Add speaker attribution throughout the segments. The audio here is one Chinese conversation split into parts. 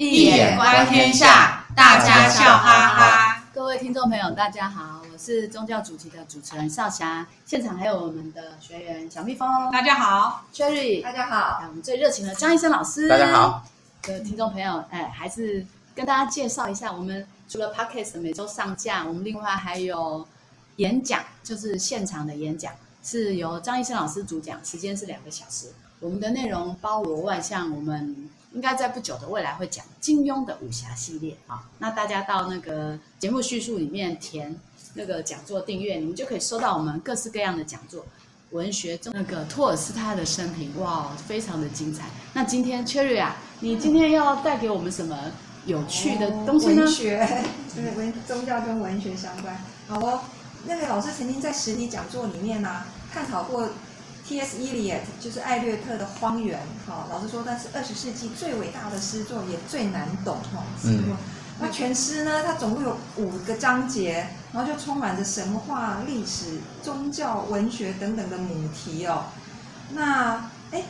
Speaker 1: 一眼观天下，大家笑哈哈。
Speaker 2: 各位听众朋友，大家好，我是宗教主题的主持人少霞，现场还有我们的学员小蜜蜂，
Speaker 1: 大家好
Speaker 2: ，Cherry，
Speaker 3: 大家好，
Speaker 2: 还有我们最热情的张医生老师，
Speaker 4: 大家好。
Speaker 2: 听众朋友，还是跟大家介绍一下，我们除了 Podcast 每周上架，我们另外还有演讲，就是现场的演讲，是由张医生老师主讲，时间是2个小时。我们的内容包罗万象，我们应该在不久的未来会讲金庸的武侠系列啊。那大家到那个节目叙述里面填那个讲座订阅，你们就可以收到我们各式各样的讲座。文学中那个托尔斯泰的生平，哇，非常的精彩。那今天 Cherry 啊，你今天要带给我们什么有趣的东西呢？
Speaker 3: 文学，对，宗教跟文学相关。好哦，那个老师曾经在实体讲座里面呢、探讨过 T.S. Eliot， 就是艾略特的《荒原》。好，老师说那是20世纪最伟大的诗作，也最难懂诗作。那全诗呢，它总共有5个章节，然后就充满着神话、历史、宗教、文学等等的母题哦。那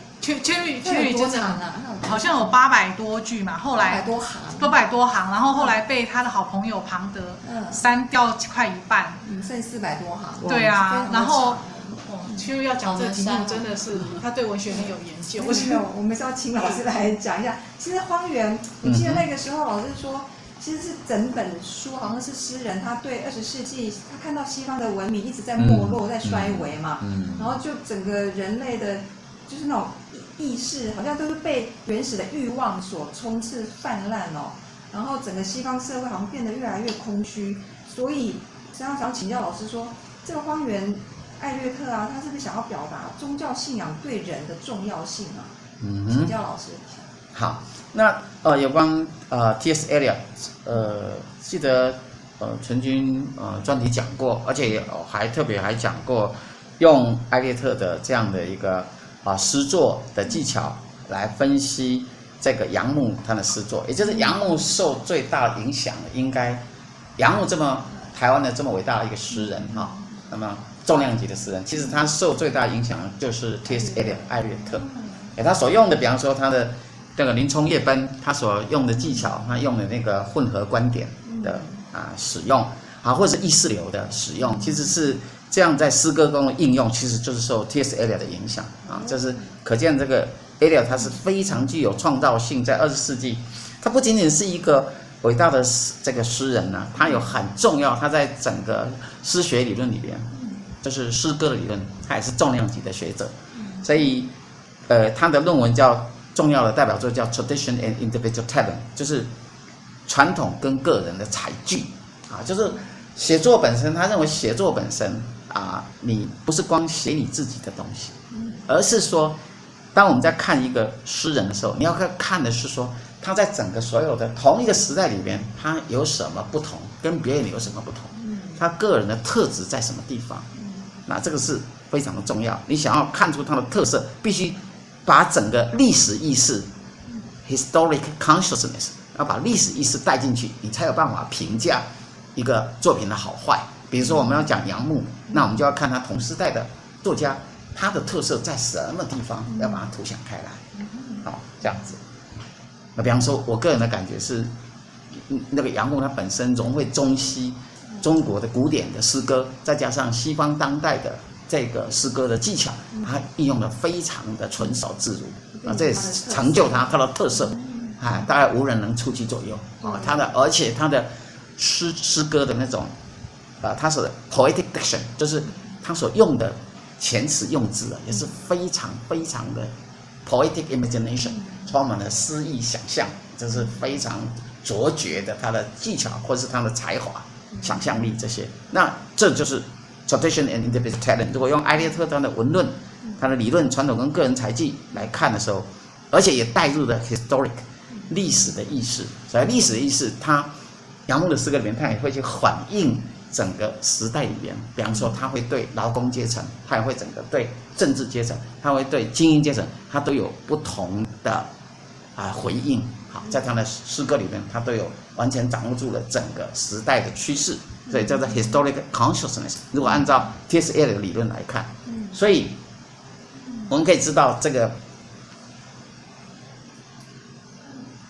Speaker 1: Cherry
Speaker 3: 多
Speaker 1: 真的
Speaker 3: 长啊？
Speaker 1: 好像有800多句嘛，后来800多行，然后后来被他的好朋友庞德删掉快一半，
Speaker 3: 剩400多行。
Speaker 1: 对啊，然后Cherry要讲这个题目真的是他对文学很有研究。
Speaker 3: 我们是要请老师来讲一下。其实《荒原》，我记得那个时候老师说，其实是整本书好像是诗人他对20世纪他看到西方的文明一直在没落、在衰微嘛，然后就整个人类的，就是那种意识好像都是被原始的欲望所充斥泛滥哦，然后整个西方社会好像变得越来越空虚，所以想请教老师说，这个《荒原》艾略特啊，他是不是想要表达宗教信仰对人的重要性啊？请教老师。
Speaker 4: 好，那有关T.S. Eliot， 记得曾经专题讲过，而且还特别讲过用艾略特的这样的一个诗作的技巧来分析这个杨牧他的诗作，也就是杨牧受最大的影响，应该杨牧台湾的这么伟大的一个诗人哈，那么重量级的诗人，其实他受最大的影响就是 T.S. Eliot 艾略特，他所用的，比方说他的这个林冲夜奔，他所用的技巧，他用的那个混合观点的使用或者是意识流的使用，其实是这样在诗歌中的应用，其实就是受 T.S. Eliot 的影响就是可见这个 Eliot 他是非常具有创造性，在20世纪，他不仅仅是一个伟大的这个诗人呢，他有很重要，他在整个诗学理论里边，就是诗歌的理论，他也是重量级的学者，所以他的论文叫重要的代表作叫 Tradition and Individual Talent， 就是传统跟个人的才具就是写作本身，他认为写作本身你不是光写你自己的东西，而是说当我们在看一个诗人的时候，你要看的是说他在整个所有的同一个时代里边，他有什么不同，跟别人有什么不同，他个人的特质在什么地方，那这个是非常的重要。你想要看出他的特色，必须把整个历史意识 historic consciousness 要把历史意识带进去，你才有办法评价一个作品的好坏。比如说我们要讲杨牧，那我们就要看他同时代的作家，他的特色在什么地方，要把它凸显开来这样子。那比方说我个人的感觉是，那个杨牧他本身融会中西中国的古典的诗歌，再加上西方当代的这个诗歌的技巧，他应用的非常的纯熟自如这也是成就他的特色大概无人能出其左右而且他的诗歌的那种他所的 poetic diction， 就是他所用的遣词用字也是非常非常的 poetic imagination， 充满了诗意想象，就是非常卓绝的他的技巧或是他的才华、想象力这些。那这就是 tradition and individual talent。如果用艾略特他的文论、他的理论、传统跟个人才技来看的时候，而且也带入了 historic 历史的意识，所以历史的意识，他杨牧的诗歌里面，他也会去反映整个时代里边，比方说他会对劳工阶层，他也会整个对政治阶层，他会对精英阶层，他都有不同的回应。好，在他的诗歌里面，他都有完全掌握住了整个时代的趋势，所以叫做 historic consciousness。如果按照 T.S. Eliot 的理论来看，所以我们可以知道这个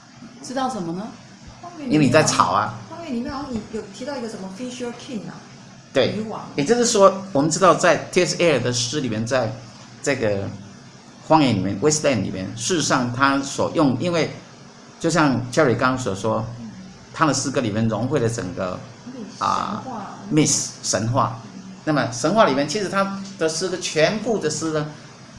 Speaker 2: 知道什么呢？
Speaker 4: 因为你在吵啊。
Speaker 3: 荒原里面好像有提到一个什么 Fisher King 啊，
Speaker 4: 对，也就是说，我们知道在 T.S. Eliot 的诗里面，在这个荒野里面 Wasteland 里面，事实上他所用，因为就像 Cherry 刚刚所说，他的诗歌里面融汇了整个myth 神话。那么神话里面，其实他的诗歌全部的诗呢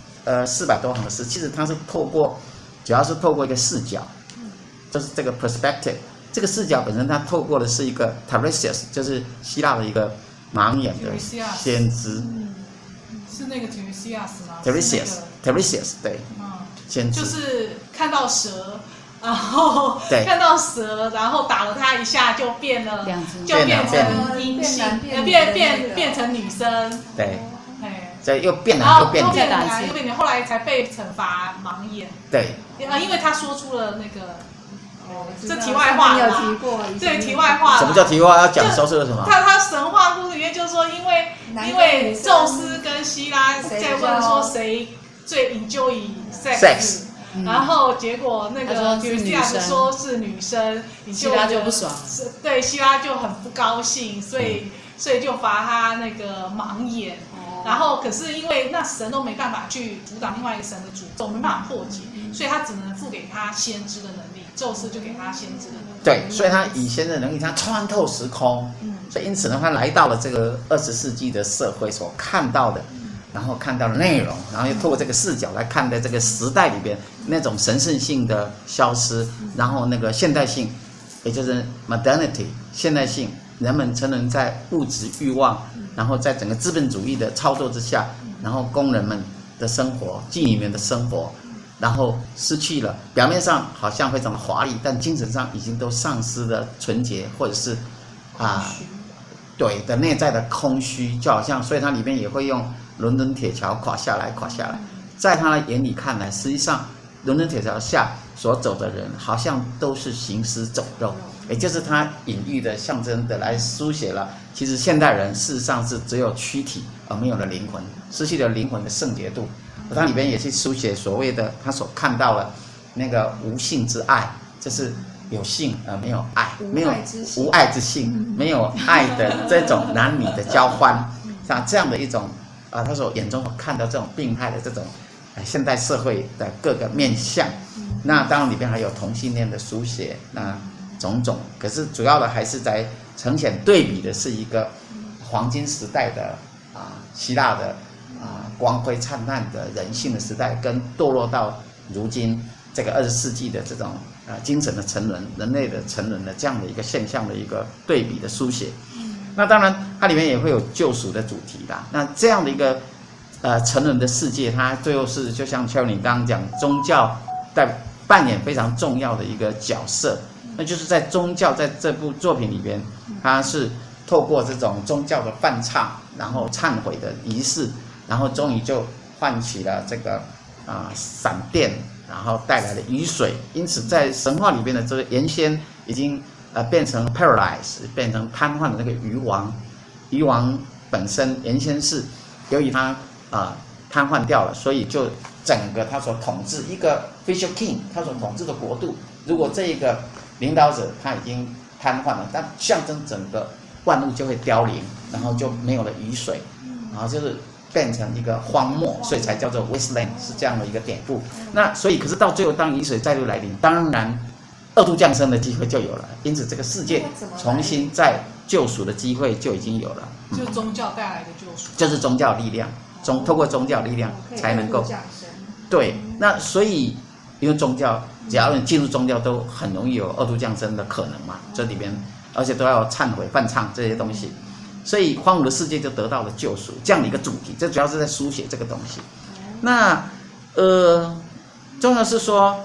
Speaker 4: ，400多行的诗，其实他是主要是透过一个视角，就是这个 perspective。这个视角本身，它透过的是一个 Tiresias， 就是希腊的一个盲眼的先知。
Speaker 1: 是那个 Tiresias 吗
Speaker 4: ？Tiresias 对，先知
Speaker 1: 就是看到蛇，然后看到蛇，然后打了他一下就变了，就变成阴性，变成女生。
Speaker 4: 对，所以又变男又变
Speaker 1: 女，后来才被惩罚盲眼。
Speaker 4: 对，
Speaker 1: 因为他说出了那个。这题外话啦，对，题外话。
Speaker 4: 什么叫题外话？要讲说是什么？
Speaker 1: 他神话故事里面就是说，因为宙斯跟希拉在问说谁最 enjoy sex， 然后结果那个Tiresias说是女生，
Speaker 2: 希拉就不爽，
Speaker 1: 对，希拉就很不高兴，所以就罚他那个盲眼。然后可是因为那神都没办法去阻挡另外一个神的诅咒，没办法破解，所以他只能付给他先知的能力，宙斯就给他先知的能力。
Speaker 4: 对，所以他以先知的能力，他穿透时空，所以因此呢，他来到了这个20世纪的社会所看到的，然后看到的内容，然后又透过这个视角来看待这个时代里边那种神圣性的消失，然后那个现代性，也就是 modernity 现代性，人们才能在物质欲望。然后在整个资本主义的操作之下，然后工人们的生活、妓女们的生活，然后失去了表面上好像非常的华丽，但精神上已经都丧失了纯洁，或者是对的内在的空虚，就好像，所以它里面也会用伦敦铁桥垮下来，在他的眼里看来，实际上伦敦铁桥下所走的人，好像都是行尸走肉。也就是他隐喻的、象征的来书写了，其实现代人事实上是只有躯体而没有了灵魂，失去了灵魂的圣洁度。它里边也是书写所谓的他所看到了那个无性之爱，就是有性而没有爱，没有无爱之性，没有爱的这种男女的交欢，像这样的一种他所眼中看到这种病态的这种现代社会的各个面向。那当然里边还有同性恋的书写，那种种，可是主要的还是在呈现对比的是一个黄金时代的希腊的光辉灿烂的人性的时代，跟堕落到如今这个20世纪的这种精神的沉沦、人类的沉沦的这样的一个现象的一个对比的书写。那当然它里面也会有救赎的主题啦。那这样的一个沉沦的世界，它最后是就像Cherry刚刚讲，宗教在扮演非常重要的一个角色。那就是在宗教在这部作品里边，它是透过这种宗教的梵唱，然后忏悔的仪式，然后终于就唤起了这个闪电，然后带来了雨水。因此在神话里边的这个原先已经变成 paralyzed， 变成瘫痪的那个鱼王，鱼王本身原先是由于他瘫痪掉了，所以就整个他所统治一个 Fisher King， 他所统治的国度，如果这一个领导者他已经瘫痪了，但象征整个万物就会凋零，然后就没有了雨水，然后就是变成一个荒漠，所以才叫做 wasteland， 是这样的一个典故。那所以可是到最后当雨水再度来临，当然二度降生的机会就有了，因此这个世界重新再救赎的机会就已经有了。
Speaker 1: 就是宗教带来的救赎，
Speaker 4: 就是宗教力量，透过宗教力量才能够对。那所以因为宗教，只要你进入宗教，都很容易有二度降生的可能嘛。这里边，而且都要忏悔、梵唱这些东西，所以荒芜的世界就得到了救赎，这样的一个主题。这主要是在书写这个东西。那重要是说，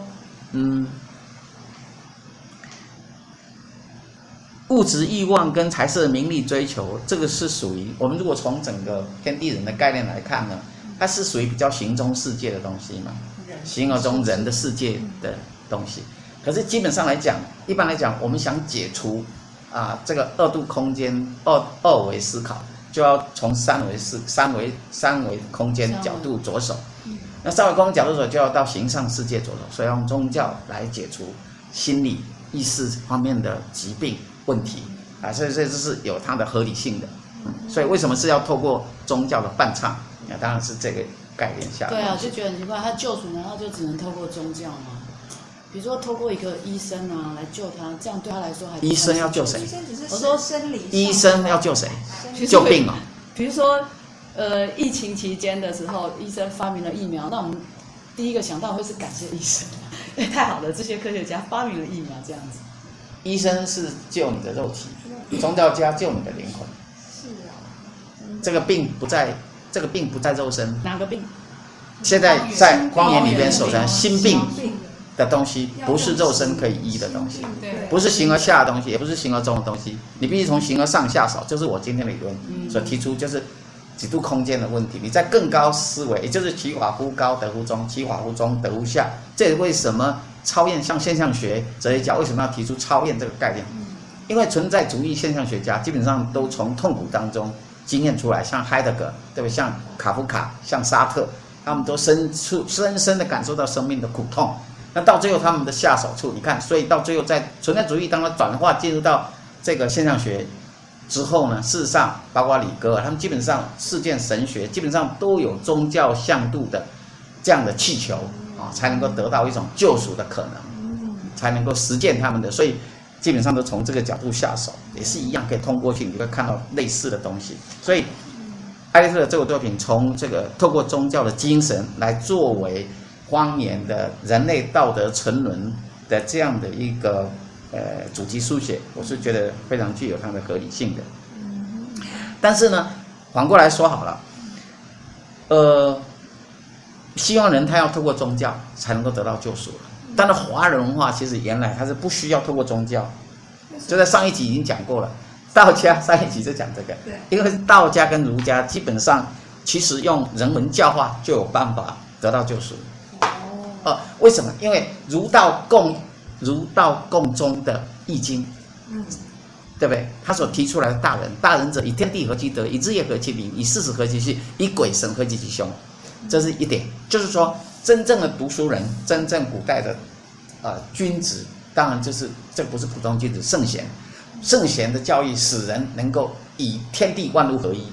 Speaker 4: 物质欲望跟财色名利追求，这个是属于我们如果从整个天地人的概念来看呢，它是属于比较形中世界的东西嘛。形而中人的世界的东西，可是基本上来讲，一般来讲，我们想解除这个二度空间二维思考，就要从三维空间角度着手。那三维空间角度着手，就要到形上世界着手，所以用宗教来解除心理意识方面的疾病问题啊，所以这是有它的合理性的。所以为什么是要透过宗教的伴唱？当然是这个概念下。
Speaker 2: 对啊，就觉得很奇怪，他救赎难道就只能透过宗教吗？比如说透过一个医生啊来救他，这样对他来说还
Speaker 4: 医生要救谁？
Speaker 3: 我说生理。
Speaker 4: 医生要救谁？救病哦。
Speaker 2: 比如说，疫情期间的时候，医生发明了疫苗，那我们第一个想到会是感谢医生，因为太好了，这些科学家发明了疫苗这样子。
Speaker 4: 医生是救你的肉体，宗教家救你的灵魂。
Speaker 3: 是啊。
Speaker 4: 这个病不在肉身。
Speaker 2: 哪个病？
Speaker 4: 现在在荒野里边所谈心病的东西，不是肉身可以医的东西，不是形而下的东西，也不是形而中的东西，你必须从形而上下手，就是我今天的理论所提出，就是几度空间的问题。你在更高思维，也就是其法乎高得乎中，其法乎中得乎下。这也为什么超验像现象学哲学家为什么要提出超验这个概念？因为存在主义现象学家基本上都从痛苦当中经验出来，像海德格，对不对？像卡夫卡，像沙特，他们都深深的感受到生命的苦痛。那到最后他们的下手处，你看，所以到最后在存在主义当中转化进入到这个现象学之后呢，事实上包括里格尔，他们基本上事件神学基本上都有宗教向度的这样的气球啊，才能够得到一种救赎的可能，才能够实践他们的，所以基本上都从这个角度下手，也是一样可以通过去，你会看到类似的东西。所以艾略特的这个作品从这个透过宗教的精神来作为荒野的人类道德沉沦的这样的一个主题书写，我是觉得非常具有它的合理性的。但是呢，反过来说好了，西方人他要透过宗教才能够得到救赎了。但是华人文化其实原来它是不需要透过宗教，就在上一集已经讲过了。道家上一集就讲这个，因为道家跟儒家基本上其实用人文教化就有办法得到救赎。为什么？因为儒道共宗的易经，对不对？他所提出来的大人者，以天地合其德，以日夜合其灵，以四时合其序，以鬼神合其凶。这是一点，就是说真正的读书人，真正古代的君子，当然就是这不是普通君子，圣贤。圣贤的教育使人能够以天地万物合一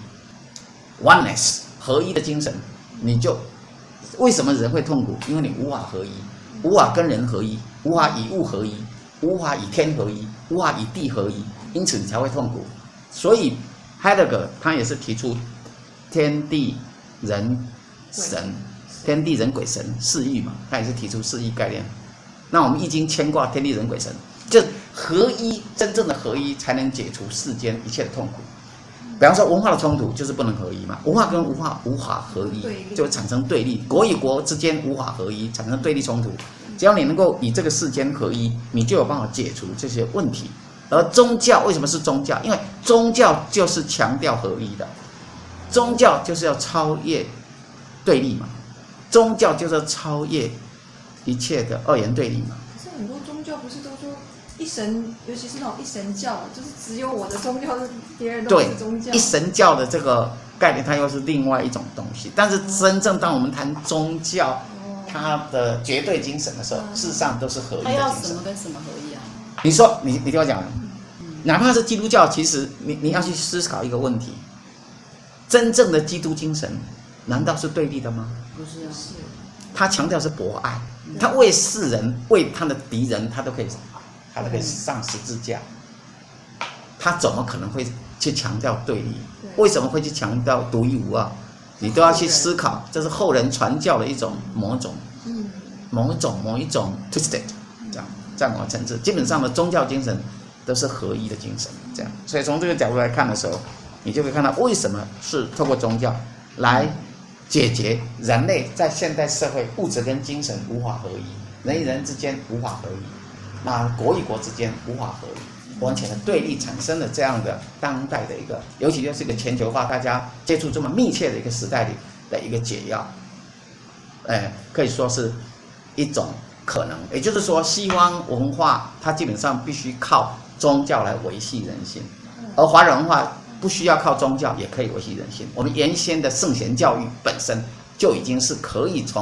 Speaker 4: ，oneness 合一的精神，你就为什么人会痛苦？因为你无法合一，无法跟人合一，无法以物合一，无法以天合一，无法以地合一，因此你才会痛苦。所以海德格他也是提出天地人神、天地人鬼神四义嘛，他也是提出四义概念。那我们易经牵挂天地人鬼神，就合一，真正的合一才能解除世间一切的痛苦。比方说文化的冲突就是不能合一嘛，文化跟文化无法合一，就会产生对立；国与国之间无法合一，产生对立冲突。只要你能够以这个世间合一，你就有办法解除这些问题。而宗教为什么是宗教？因为宗教就是强调合一的，宗教就是要超越对立嘛，宗教就是要超越一切的二元对立嘛。
Speaker 3: 可是很多宗教不是都说一神，尤其是那种一神教，就是只有我的宗教，别人都是宗教。
Speaker 4: 一神教的这个概念，它又是另外一种东西。但是真正当我们谈宗教，它的绝对精神的时候，事实上都是合一的精神。
Speaker 2: 它要什么跟什么合一啊？
Speaker 4: 你说，你听我讲，哪怕是基督教，其实你要去思考一个问题：真正的基督精神，难道是对立的吗？
Speaker 2: 不是啊，
Speaker 4: 他强调是博爱，他为世人、为他的敌人，他都可以上十字架。他怎么可能会去强调对立？为什么会去强调独一无二？你都要去思考，这是后人传教的一种某一种 twisted， 这样在某个层次，基本上的宗教精神都是合一的精神，这样。所以从这个角度来看的时候，你就可以看到为什么是透过宗教来解决人类在现代社会物质跟精神无法合一，人与人之间无法合一，那国与国之间无法合一，完全的对立产生了这样的当代的一个，尤其就是一个全球化大家接触这么密切的一个时代里的一个解药，可以说是一种可能。也就是说，西方文化它基本上必须靠宗教来维系人心，而华人文化不需要靠宗教也可以维系人心。我们原先的圣贤教育本身就已经是可以从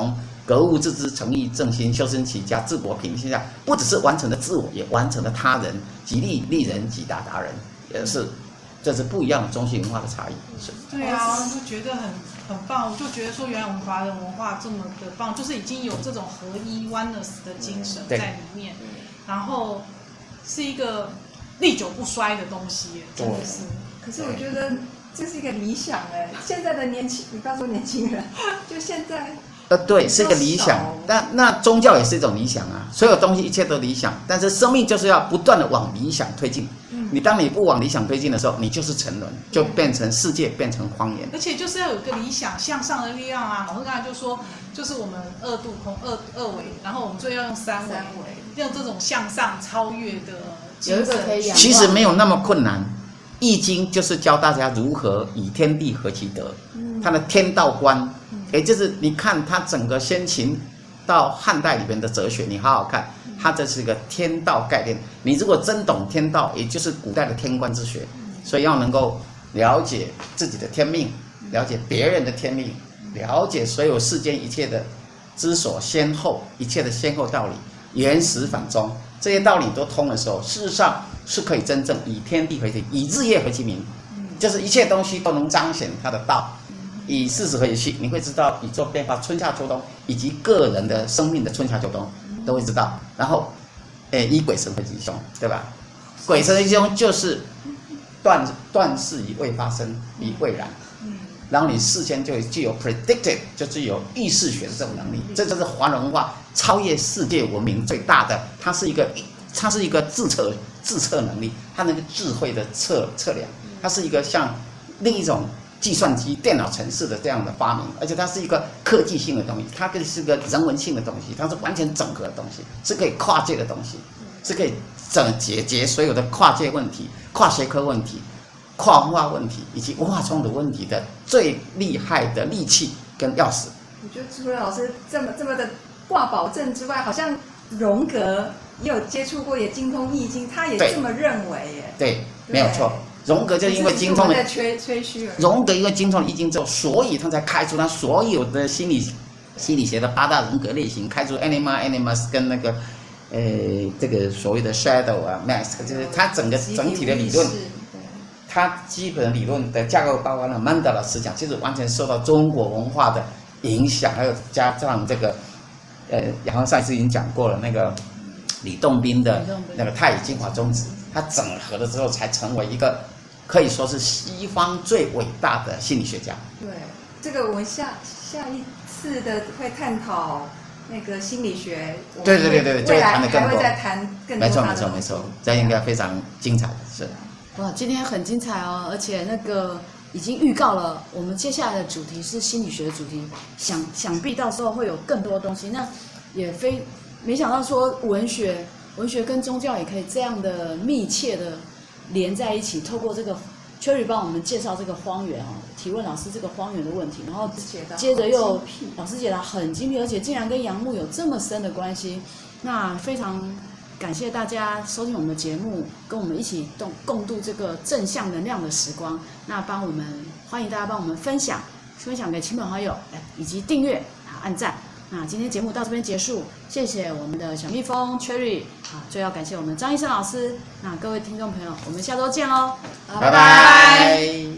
Speaker 4: 格物致知、诚意正心、修身齐家、治国平天下，不只是完成了自我，也完成了他人，己利人，己达人，也是，这是不一样的中西文化的差异。是。
Speaker 1: 对啊，我就觉得很棒，我就觉得说，原来我们华人文化这么的棒，就是已经有这种合一 oneness 的精神在里面，然后是一个历久不衰的东西，真的是。
Speaker 3: 可是我觉得这是一个理想哎，现在的你不要说年轻人，就现在。
Speaker 4: 对，是一个理想，但那宗教也是一种理想啊。所有东西一切都理想，但是生命就是要不断的往理想推进。你当你不往理想推进的时候，你就是沉沦，就变成世界变成荒原。
Speaker 1: 而且就是要有个理想向上的力量啊。老师刚才就说，就是我们二度空二维，然后我们最要用三维，用这种向上超越的精神。
Speaker 4: 其实没有那么困难。易经就是教大家如何以天地合其德，它的天道观，也就是你看它整个先秦到汉代里边的哲学，你好好看，它这是一个天道概念。你如果真懂天道，也就是古代的天官之学，所以要能够了解自己的天命，了解别人的天命，了解所有世间一切的知所先后，一切的先后道理，原始反中，这些道理都通的时候，事实上是可以真正以天地合其，以日夜合其明，就是一切东西都能彰显它的道。以事实合其气，你会知道宇宙变化春夏秋冬，以及个人的生命的春夏秋冬都会知道。然后，以鬼神合其凶，对吧？鬼神合其凶就是断事以未发生，以未然。然后你事先就具有 predicted， 就具有预示学的这种能力。这就是华人文化超越世界文明最大的，它是一个自测能力，它那个智慧的测量，它是一个像另一种计算机、电脑程式的这样的发明，而且它是一个科技性的东西，它更是个人文性的东西，它是完全整合的东西，是可以跨界的东西，是可以解决所有的跨界问题、跨学科问题、跨文化问题以及文化冲突问题的最厉害的利器跟钥匙。
Speaker 3: 我觉得除了老师这么的挂保证之外，好像荣格也有接触过，也精通易经，他也这么认为耶。
Speaker 4: 对，没有错。荣格就因为精通了，
Speaker 3: 吹嘘而已。
Speaker 4: 荣格因为精通了易经之后，所以他才开出他所有的心理学的8大人格类型，开出 animus 跟那个这个所谓的 shadow 啊 mask， 就是他整体的理论。它基本理论的架构包含了曼德拉思想，其实完全受到中国文化的影响，还有加上这个，然后上一次已经讲过了，那个李洞宾的那个太乙精华宗旨，它整合了之后才成为一个可以说是西方最伟大的心理学家。
Speaker 3: 对，这个我们下一次的会探讨那个心理学。
Speaker 4: 对，
Speaker 3: 未来还会再谈更多。
Speaker 4: 没错，这应该非常精彩，是。
Speaker 2: 哇，今天很精彩哦，而且那个已经预告了，我们接下来的主题是心理学的主题，想必到时候会有更多东西。那也没想到说文学跟宗教也可以这样的密切的连在一起，透过这个 Cherry 帮我们介绍这个荒原哦，提问老师这个荒原的问题，然后接着又老师解答很精辟，而且竟然跟杨牧有这么深的关系，那非常感谢大家收听我们的节目，跟我们一起共度这个正向能量的时光。那欢迎大家帮我们分享给亲朋好友，以及订阅、按赞。那今天节目到这边结束，谢谢我们的小蜜蜂 Cherry， 最要感谢我们张医生老师。那各位听众朋友，我们下周见喽，
Speaker 4: 拜拜。